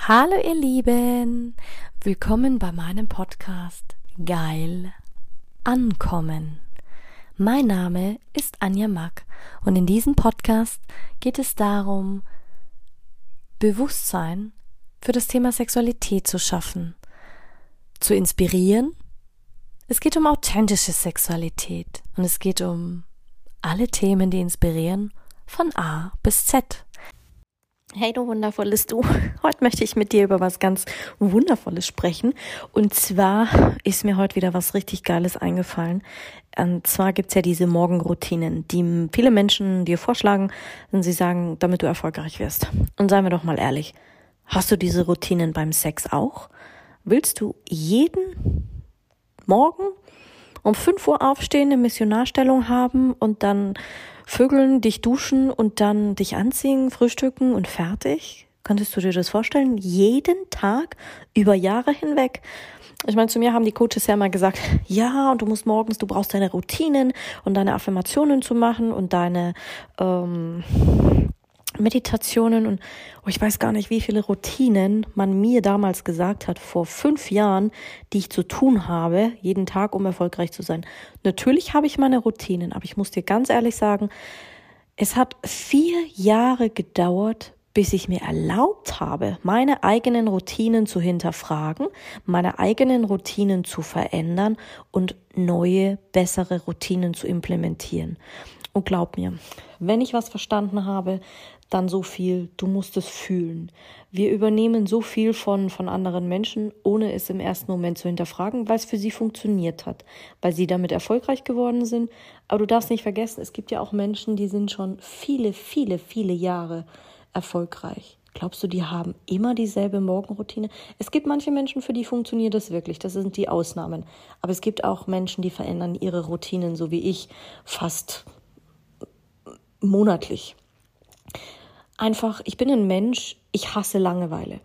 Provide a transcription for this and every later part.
Hallo ihr Lieben, willkommen bei meinem Podcast Geil Ankommen. Mein Name ist Anja Mack und in diesem Podcast geht es darum, Bewusstsein für das Thema Sexualität zu schaffen, zu inspirieren. Es geht um authentische Sexualität und es geht um alle Themen, die inspirieren, von A bis Z. Hey du wundervolles Du, heute möchte ich mit dir über was ganz Wundervolles sprechen und zwar ist mir heute wieder was richtig Geiles eingefallen. Und zwar gibt's ja diese Morgenroutinen, die viele Menschen dir vorschlagen, wenn sie sagen, damit du erfolgreich wirst. Und seien wir doch mal ehrlich, hast du diese Routinen beim Sex auch? Willst du jeden Morgen um 5 Uhr aufstehen, eine Missionarstellung haben und dann vögeln, dich duschen und dann dich anziehen, frühstücken und fertig? Könntest du dir das vorstellen? Jeden Tag, über Jahre hinweg? Ich meine, zu mir haben die Coaches ja immer gesagt, ja, und du musst morgens, du brauchst deine Routinen und deine Affirmationen zu machen und deine Meditationen und ich weiß gar nicht, wie viele Routinen man mir damals gesagt hat, vor 5 Jahren, die ich zu tun habe, jeden Tag, um erfolgreich zu sein. Natürlich habe ich meine Routinen, aber ich muss dir ganz ehrlich sagen, es hat 4 Jahre gedauert, bis ich mir erlaubt habe, meine eigenen Routinen zu hinterfragen, meine eigenen Routinen zu verändern und neue, bessere Routinen zu implementieren. Und glaub mir, wenn ich was verstanden habe, dann so viel, du musst es fühlen. Wir übernehmen so viel von anderen Menschen, ohne es im ersten Moment zu hinterfragen, weil es für sie funktioniert hat, weil sie damit erfolgreich geworden sind. Aber du darfst nicht vergessen, es gibt ja auch Menschen, die sind schon viele, viele, viele Jahre erfolgreich. Glaubst du, die haben immer dieselbe Morgenroutine? Es gibt manche Menschen, für die funktioniert das wirklich. Das sind die Ausnahmen. Aber es gibt auch Menschen, die verändern ihre Routinen, so wie ich, fast monatlich. Einfach, ich bin ein Mensch, ich hasse Langeweile.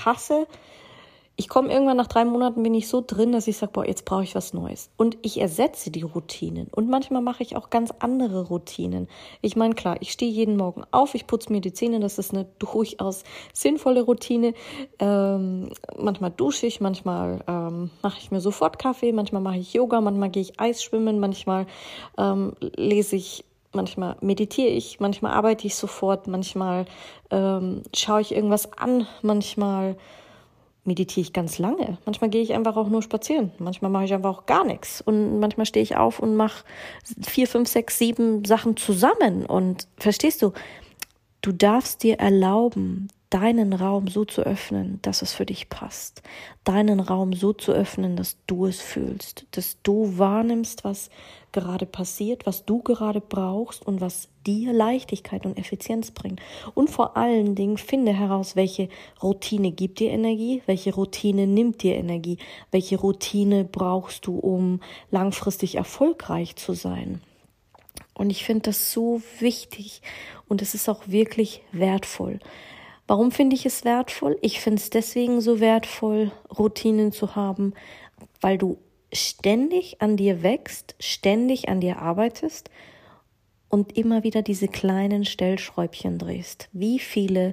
Ich komme irgendwann nach 3 Monaten, bin ich so drin, dass ich sage, boah, jetzt brauche ich was Neues. Und ich ersetze die Routinen. Und manchmal mache ich auch ganz andere Routinen. Ich meine, klar, ich stehe jeden Morgen auf, ich putze mir die Zähne, das ist eine durchaus sinnvolle Routine. Manchmal dusche ich, manchmal mache ich mir sofort Kaffee, manchmal mache ich Yoga, manchmal gehe ich Eisschwimmen, manchmal lese ich. Manchmal meditiere ich, manchmal arbeite ich sofort, manchmal schaue ich irgendwas an, manchmal meditiere ich ganz lange. Manchmal gehe ich einfach auch nur spazieren, manchmal mache ich einfach auch gar nichts. Und manchmal stehe ich auf und mache 4, 5, 6, 7 Sachen zusammen. Und verstehst du, du darfst dir erlauben, deinen Raum so zu öffnen, dass es für dich passt. Deinen Raum so zu öffnen, dass du es fühlst, dass du wahrnimmst, was gerade passiert, was du gerade brauchst und was dir Leichtigkeit und Effizienz bringt. Und vor allen Dingen finde heraus, welche Routine gibt dir Energie, welche Routine nimmt dir Energie, welche Routine brauchst du, um langfristig erfolgreich zu sein. Und ich finde das so wichtig und es ist auch wirklich wertvoll. Warum finde ich es wertvoll? Ich finde es deswegen so wertvoll, Routinen zu haben, weil du ständig an dir wächst, ständig an dir arbeitest und immer wieder diese kleinen Stellschräubchen drehst. Wie viele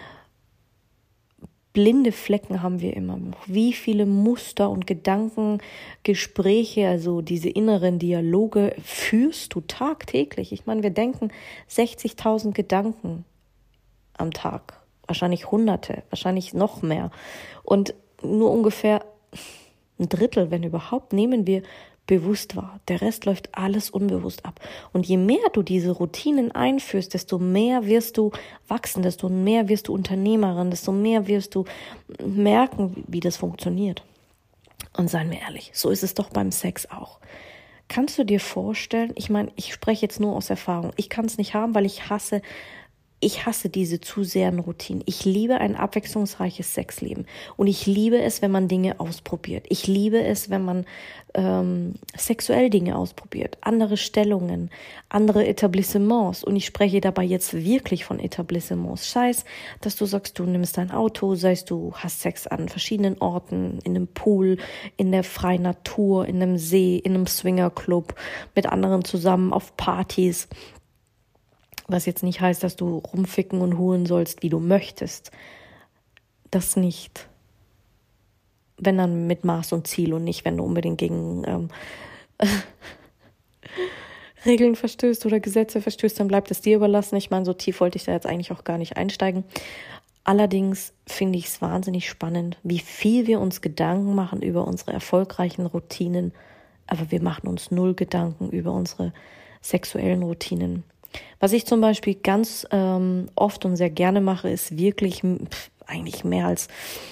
blinde Flecken haben wir immer noch? Wie viele Muster und Gedankengespräche, also diese inneren Dialoge führst du tagtäglich? Ich meine, wir denken 60.000 Gedanken am Tag. Wahrscheinlich Hunderte, wahrscheinlich noch mehr. Und nur ungefähr 1/3, wenn überhaupt, nehmen wir bewusst wahr. Der Rest läuft alles unbewusst ab. Und je mehr du diese Routinen einführst, desto mehr wirst du wachsen, desto mehr wirst du Unternehmerin, desto mehr wirst du merken, wie das funktioniert. Und seien wir ehrlich, so ist es doch beim Sex auch. Kannst du dir vorstellen, ich meine, ich spreche jetzt nur aus Erfahrung, ich kann es nicht haben, weil ich hasse diese zu sehr Routinen. Ich liebe ein abwechslungsreiches Sexleben. Und ich liebe es, wenn man Dinge ausprobiert. Ich liebe es, wenn man sexuell Dinge ausprobiert. Andere Stellungen, andere Etablissements. Und ich spreche dabei jetzt wirklich von Etablissements. Scheiß, dass du sagst, du nimmst dein Auto, sei es du hast Sex an verschiedenen Orten, in einem Pool, in der freien Natur, in einem See, in einem Swingerclub, mit anderen zusammen auf Partys. Was jetzt nicht heißt, dass du rumficken und huren sollst, wie du möchtest. das nicht. Wenn dann mit Maß und Ziel und nicht, wenn du unbedingt gegen Regeln verstößt oder Gesetze verstößt, dann bleibt es dir überlassen. Ich meine, so tief wollte ich da jetzt eigentlich auch gar nicht einsteigen. Allerdings finde ich es wahnsinnig spannend, wie viel wir uns Gedanken machen über unsere erfolgreichen Routinen, aber wir machen uns null Gedanken über unsere sexuellen Routinen. Was ich zum Beispiel ganz oft und sehr gerne mache, ist wirklich eigentlich mehr als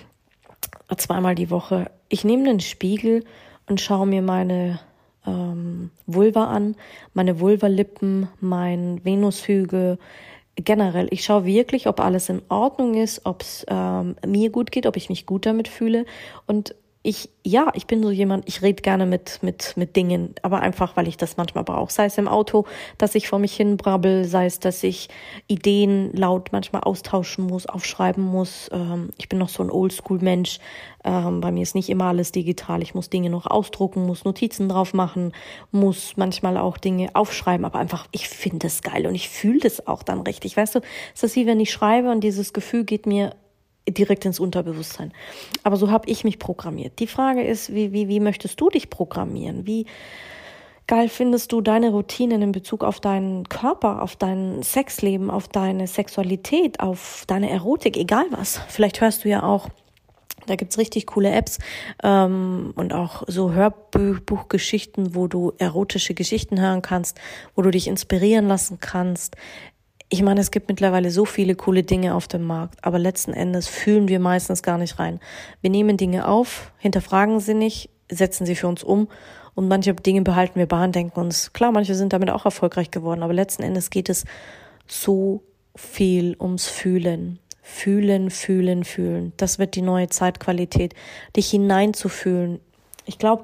2-mal die Woche. Ich nehme den Spiegel und schaue mir meine Vulva an, meine Vulvalippen, mein Venushügel, generell. Ich schaue wirklich, ob alles in Ordnung ist, ob es mir gut geht, ob ich mich gut damit fühle. Und ich bin so jemand, ich rede gerne mit Dingen, aber einfach, weil ich das manchmal brauche. Sei es im Auto, dass ich vor mich hin brabbel, sei es, dass ich Ideen laut manchmal austauschen muss, aufschreiben muss. Ich bin noch so ein Oldschool-Mensch. Bei mir ist nicht immer alles digital. Ich muss Dinge noch ausdrucken, muss Notizen drauf machen, muss manchmal auch Dinge aufschreiben, aber einfach, ich finde es geil und ich fühle das auch dann richtig. Weißt du, es ist wie wenn ich schreibe und dieses Gefühl geht mir direkt ins Unterbewusstsein. Aber so habe ich mich programmiert. Die Frage ist, wie möchtest du dich programmieren? Wie geil findest du deine Routinen in Bezug auf deinen Körper, auf dein Sexleben, auf deine Sexualität, auf deine Erotik, egal was. Vielleicht hörst du ja auch, da gibt's richtig coole Apps und auch so Hörbuchgeschichten, wo du erotische Geschichten hören kannst, wo du dich inspirieren lassen kannst. Ich meine, es gibt mittlerweile so viele coole Dinge auf dem Markt, aber letzten Endes fühlen wir meistens gar nicht rein. Wir nehmen Dinge auf, hinterfragen sie nicht, setzen sie für uns um und manche Dinge behalten wir bei und denken uns, klar, manche sind damit auch erfolgreich geworden, aber letzten Endes geht es so viel ums Fühlen. Fühlen, fühlen, fühlen. Das wird die neue Zeitqualität, dich hineinzufühlen. Du glaubst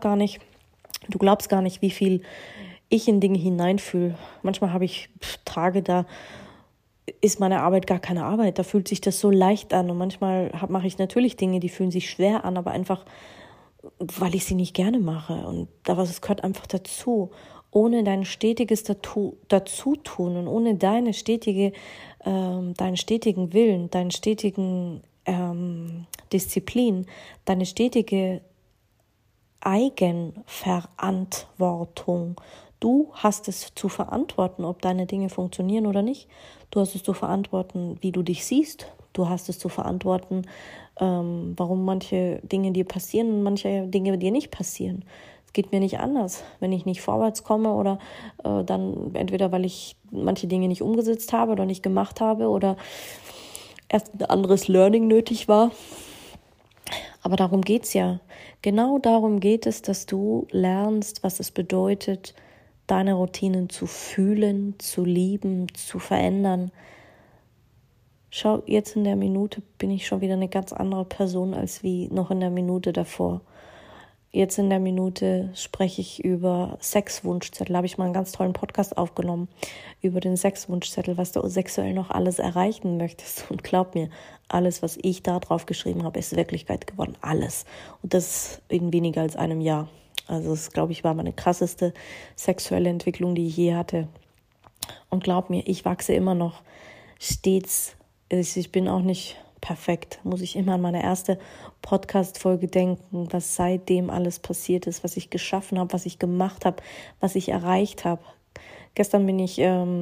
gar nicht, wie viel ich in Dinge hineinfühle. Manchmal habe ich Tage, da ist meine Arbeit gar keine Arbeit. Da fühlt sich das so leicht an. Und manchmal mache ich natürlich Dinge, die fühlen sich schwer an, aber einfach, weil ich sie nicht gerne mache. Und es gehört einfach dazu. Ohne dein stetiges Dazutun und ohne deinen stetigen Willen, deinen stetigen Disziplin, deine stetige Eigenverantwortung. Du hast es zu verantworten, ob deine Dinge funktionieren oder nicht. Du hast es zu verantworten, wie du dich siehst. Du hast es zu verantworten, warum manche Dinge dir passieren und manche Dinge dir nicht passieren. Es geht mir nicht anders. Wenn ich nicht vorwärts komme oder dann entweder, weil ich manche Dinge nicht umgesetzt habe oder nicht gemacht habe oder erst ein anderes Learning nötig war. Aber darum geht's ja. Genau darum geht es, dass du lernst, was es bedeutet, deine Routinen zu fühlen, zu lieben, zu verändern. Schau, jetzt in der Minute bin ich schon wieder eine ganz andere Person als wie noch in der Minute davor. Jetzt in der Minute spreche ich über Sexwunschzettel. Da habe ich mal einen ganz tollen Podcast aufgenommen über den Sexwunschzettel, was du sexuell noch alles erreichen möchtest. Und glaub mir, alles, was ich da drauf geschrieben habe, ist Wirklichkeit geworden. Alles. Und das in weniger als einem Jahr. Also das, glaube ich, war meine krasseste sexuelle Entwicklung, die ich je hatte. Und glaub mir, ich wachse immer noch stets. Ich bin auch nicht perfekt. Muss ich immer an meine erste Podcast-Folge denken, was seitdem alles passiert ist, was ich geschaffen habe, was ich gemacht habe, was ich erreicht habe. Gestern bin ich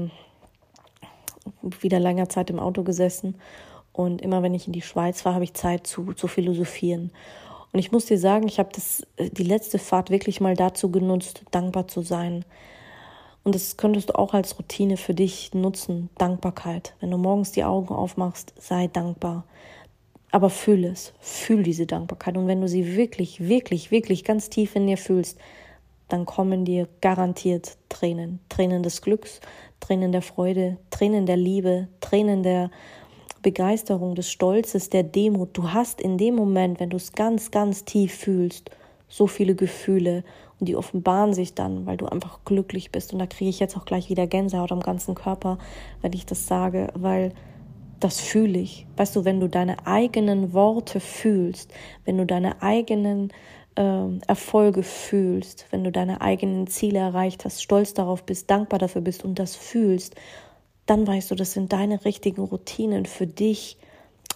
wieder länger Zeit im Auto gesessen und immer wenn ich in die Schweiz war, habe ich Zeit zu philosophieren. Und ich muss dir sagen, ich habe die letzte Fahrt wirklich mal dazu genutzt, dankbar zu sein. Und das könntest du auch als Routine für dich nutzen, Dankbarkeit. Wenn du morgens die Augen aufmachst, sei dankbar. Aber fühl diese Dankbarkeit. Und wenn du sie wirklich, wirklich, wirklich ganz tief in dir fühlst, dann kommen dir garantiert Tränen. Tränen des Glücks, Tränen der Freude, Tränen der Liebe, Tränen der Begeisterung, des Stolzes, der Demut. Du hast in dem Moment, wenn du es ganz, ganz tief fühlst, so viele Gefühle und die offenbaren sich dann, weil du einfach glücklich bist. Und da kriege ich jetzt auch gleich wieder Gänsehaut am ganzen Körper, wenn ich das sage, weil das fühle ich. Weißt du, wenn du deine eigenen Worte fühlst, wenn du deine eigenen Erfolge fühlst, wenn du deine eigenen Ziele erreicht hast, stolz darauf bist, dankbar dafür bist und das fühlst, dann weißt du, das sind deine richtigen Routinen für dich,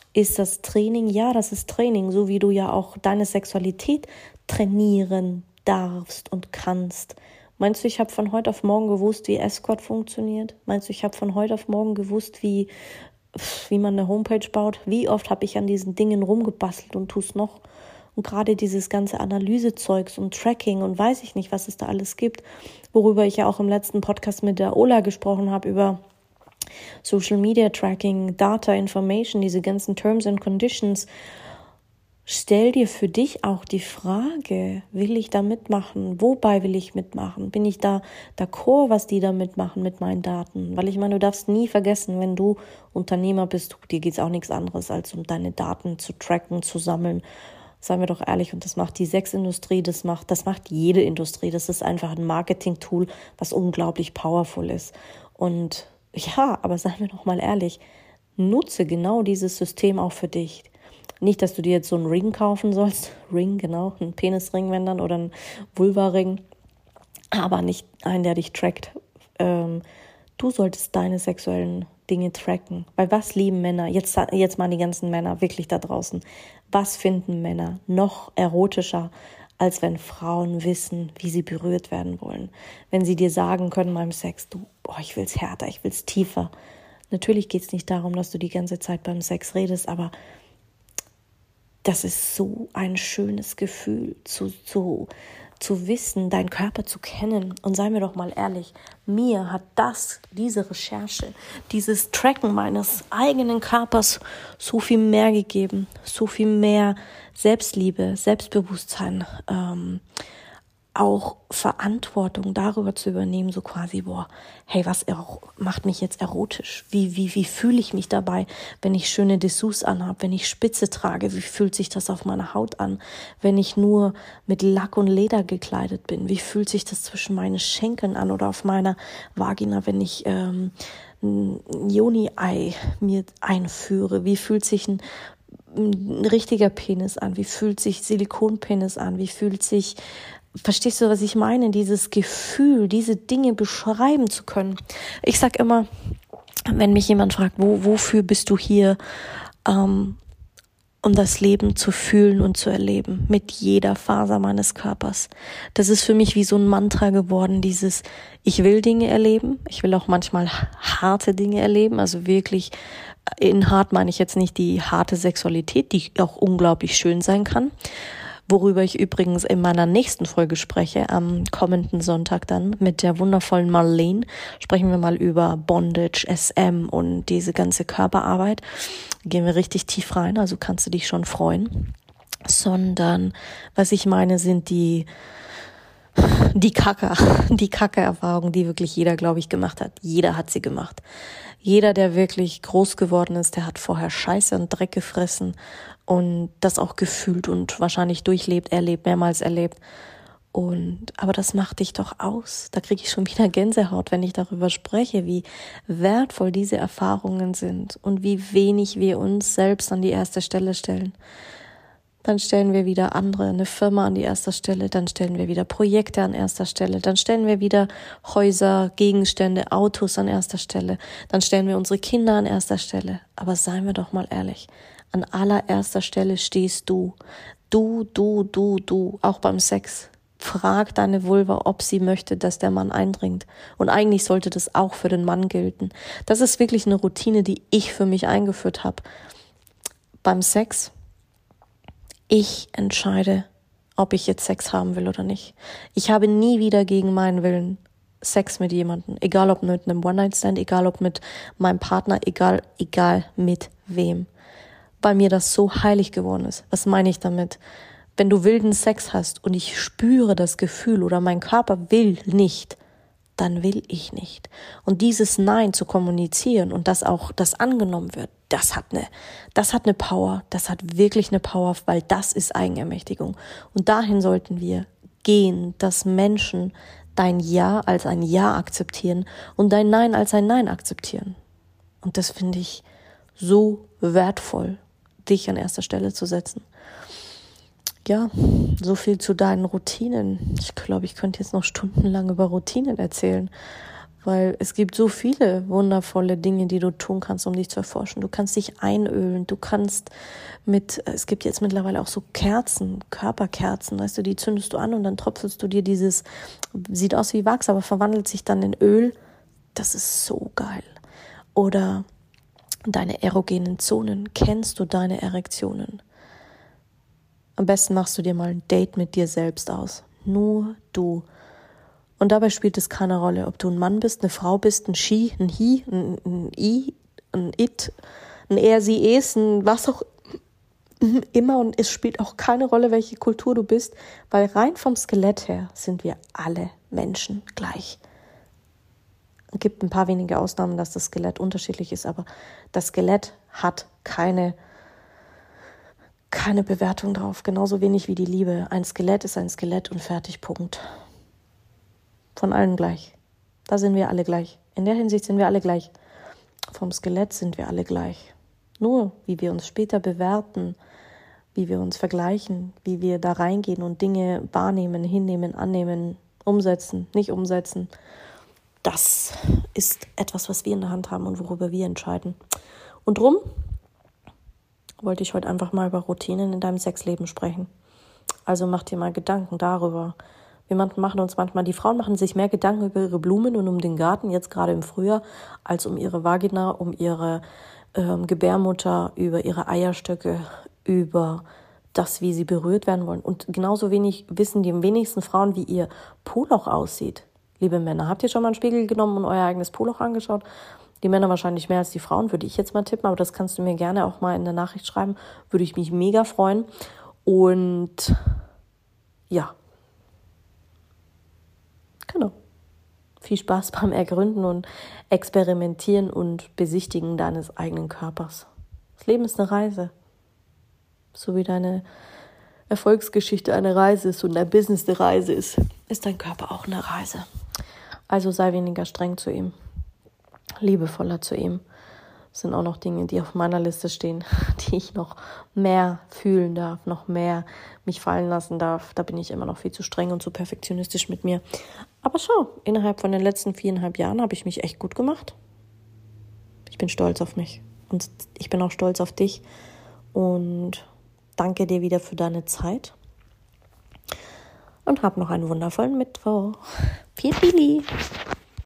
Ist das Training? Ja, das ist Training, so wie du ja auch deine Sexualität trainieren darfst und kannst. Meinst du, ich habe von heute auf morgen gewusst, wie Escort funktioniert? Meinst du, ich habe von heute auf morgen gewusst, wie man eine Homepage baut? Wie oft habe ich an diesen Dingen rumgebastelt und tue es noch? Und gerade dieses ganze Analysezeugs und Tracking und weiß ich nicht, was es da alles gibt, worüber ich ja auch im letzten Podcast mit der Ola gesprochen habe, über Social Media Tracking, Data Information, diese ganzen Terms and Conditions. Stell dir für dich auch die Frage, will ich da mitmachen? Wobei will ich mitmachen? Bin ich da d'accord, was die da mitmachen mit meinen Daten? Weil ich meine, du darfst nie vergessen, wenn du Unternehmer bist, dir geht es auch nichts anderes, als um deine Daten zu tracken, zu sammeln. Seien wir doch ehrlich, und das macht die Sexindustrie, das macht jede Industrie. Das ist einfach ein Marketing-Tool, was unglaublich powerful ist. Und ja, aber seien wir doch mal ehrlich, nutze genau dieses System auch für dich. Nicht, dass du dir jetzt so einen Ring kaufen sollst. Ring, genau, ein Penisring, wenn dann, oder ein Vulva-Ring. Aber nicht einen, der dich trackt. Du solltest deine sexuellen Dinge tracken. Weil was lieben Männer? Jetzt mal die ganzen Männer wirklich da draußen. Was finden Männer noch erotischer, als wenn Frauen wissen, wie sie berührt werden wollen? Wenn sie dir sagen können beim Sex, ich will's härter, ich will's tiefer. Natürlich geht's nicht darum, dass du die ganze Zeit beim Sex redest, aber das ist so ein schönes Gefühl, zu wissen, deinen Körper zu kennen. Und seien wir doch mal ehrlich, mir hat diese Recherche, dieses Tracken meines eigenen Körpers so viel mehr gegeben, so viel mehr Selbstliebe, Selbstbewusstsein, auch Verantwortung darüber zu übernehmen, so quasi, hey, was macht mich jetzt erotisch? Wie fühle ich mich dabei, wenn ich schöne Dessous anhabe, wenn ich Spitze trage? Wie fühlt sich das auf meiner Haut an, wenn ich nur mit Lack und Leder gekleidet bin? Wie fühlt sich das zwischen meinen Schenkeln an oder auf meiner Vagina, wenn ich ein Yoni-Ei mir einführe? Wie fühlt sich ein richtiger Penis an? Wie fühlt sich Silikonpenis an? Wie fühlt sich... Verstehst du, was ich meine? Dieses Gefühl, diese Dinge beschreiben zu können. Ich sag immer, wenn mich jemand fragt, wofür bist du hier, um das Leben zu fühlen und zu erleben, mit jeder Faser meines Körpers. Das ist für mich wie so ein Mantra geworden, dieses, ich will Dinge erleben, ich will auch manchmal harte Dinge erleben, also wirklich, in hart meine ich jetzt nicht die harte Sexualität, die auch unglaublich schön sein kann, worüber ich übrigens in meiner nächsten Folge spreche, am kommenden Sonntag dann mit der wundervollen Marlene. Sprechen wir mal über Bondage, SM und diese ganze Körperarbeit. Gehen wir richtig tief rein, also kannst du dich schon freuen. Sondern, was ich meine, sind die Kacke-Erfahrungen, die wirklich jeder, glaube ich, gemacht hat. Jeder hat sie gemacht. Jeder, der wirklich groß geworden ist, der hat vorher Scheiße und Dreck gefressen und das auch gefühlt und wahrscheinlich mehrmals erlebt. Aber das macht dich doch aus. Da kriege ich schon wieder Gänsehaut, wenn ich darüber spreche, wie wertvoll diese Erfahrungen sind und wie wenig wir uns selbst an die erste Stelle stellen. Dann stellen wir wieder eine Firma an die erste Stelle, dann stellen wir wieder Projekte an erster Stelle, dann stellen wir wieder Häuser, Gegenstände, Autos an erster Stelle, dann stellen wir unsere Kinder an erster Stelle. Aber seien wir doch mal ehrlich, an allererster Stelle stehst du. Du, auch beim Sex. Frag deine Vulva, ob sie möchte, dass der Mann eindringt. Und eigentlich sollte das auch für den Mann gelten. Das ist wirklich eine Routine, die ich für mich eingeführt habe. Beim Sex, ich entscheide, ob ich jetzt Sex haben will oder nicht. Ich habe nie wieder gegen meinen Willen Sex mit jemandem. Egal ob mit einem One-Night-Stand, egal ob mit meinem Partner, egal mit wem. Weil mir das so heilig geworden ist. Was meine ich damit? Wenn du wilden Sex hast und ich spüre das Gefühl oder mein Körper will nicht, dann will ich nicht. Und dieses Nein zu kommunizieren und dass auch das angenommen wird, das hat eine Power, das hat wirklich eine Power, weil das ist Eigenermächtigung. Und dahin sollten wir gehen, dass Menschen dein Ja als ein Ja akzeptieren und dein Nein als ein Nein akzeptieren. Und das finde ich so wertvoll, dich an erster Stelle zu setzen. Ja, so viel zu deinen Routinen. Ich glaube, ich könnte jetzt noch stundenlang über Routinen erzählen. Weil es gibt so viele wundervolle Dinge, die du tun kannst, um dich zu erforschen. Du kannst dich einölen, es gibt jetzt mittlerweile auch so Kerzen, Körperkerzen, weißt du, die zündest du an und dann tropfelst du dir sieht aus wie Wachs, aber verwandelt sich dann in Öl. Das ist so geil. Oder deine erogenen Zonen. Kennst du deine Erektionen? Am besten machst du dir mal ein Date mit dir selbst aus. Nur du. Und dabei spielt es keine Rolle, ob du ein Mann bist, eine Frau bist, ein She, ein He, ein I, ein It, ein Er, Sie, Es, ein was auch immer. Und es spielt auch keine Rolle, welche Kultur du bist, weil rein vom Skelett her sind wir alle Menschen gleich. Es gibt ein paar wenige Ausnahmen, dass das Skelett unterschiedlich ist, aber das Skelett hat keine Bewertung drauf, genauso wenig wie die Liebe. Ein Skelett ist ein Skelett und fertig, Punkt. Von allen gleich. Da sind wir alle gleich. In der Hinsicht sind wir alle gleich. Vom Skelett sind wir alle gleich. Nur, wie wir uns später bewerten, wie wir uns vergleichen, wie wir da reingehen und Dinge wahrnehmen, hinnehmen, annehmen, umsetzen, nicht umsetzen, das ist etwas, was wir in der Hand haben und worüber wir entscheiden. Und drum wollte ich heute einfach mal über Routinen in deinem Sexleben sprechen. Also mach dir mal Gedanken darüber. Die Frauen machen sich mehr Gedanken über ihre Blumen und um den Garten, jetzt gerade im Frühjahr, als um ihre Vagina, um ihre Gebärmutter, über ihre Eierstöcke, über das, wie sie berührt werden wollen. Und genauso wenig wissen die wenigsten Frauen, wie ihr Po-Loch aussieht. Liebe Männer, habt ihr schon mal einen Spiegel genommen und euer eigenes Po-Loch angeschaut? Die Männer wahrscheinlich mehr als die Frauen, würde ich jetzt mal tippen, aber das kannst du mir gerne auch mal in der Nachricht schreiben. Würde ich mich mega freuen. Und ja, genau. Viel Spaß beim Ergründen und Experimentieren und Besichtigen deines eigenen Körpers. Das Leben ist eine Reise. So wie deine Erfolgsgeschichte eine Reise ist und dein Business eine Reise ist dein Körper auch eine Reise. Also sei weniger streng zu ihm, liebevoller zu ihm. Das sind auch noch Dinge, die auf meiner Liste stehen, die ich noch mehr fühlen darf, noch mehr mich fallen lassen darf. Da bin ich immer noch viel zu streng und zu perfektionistisch mit mir. Aber schau, innerhalb von den letzten 4,5 Jahren habe ich mich echt gut gemacht. Ich bin stolz auf mich und ich bin auch stolz auf dich und danke dir wieder für deine Zeit und hab noch einen wundervollen Mittwoch. Viel Fili!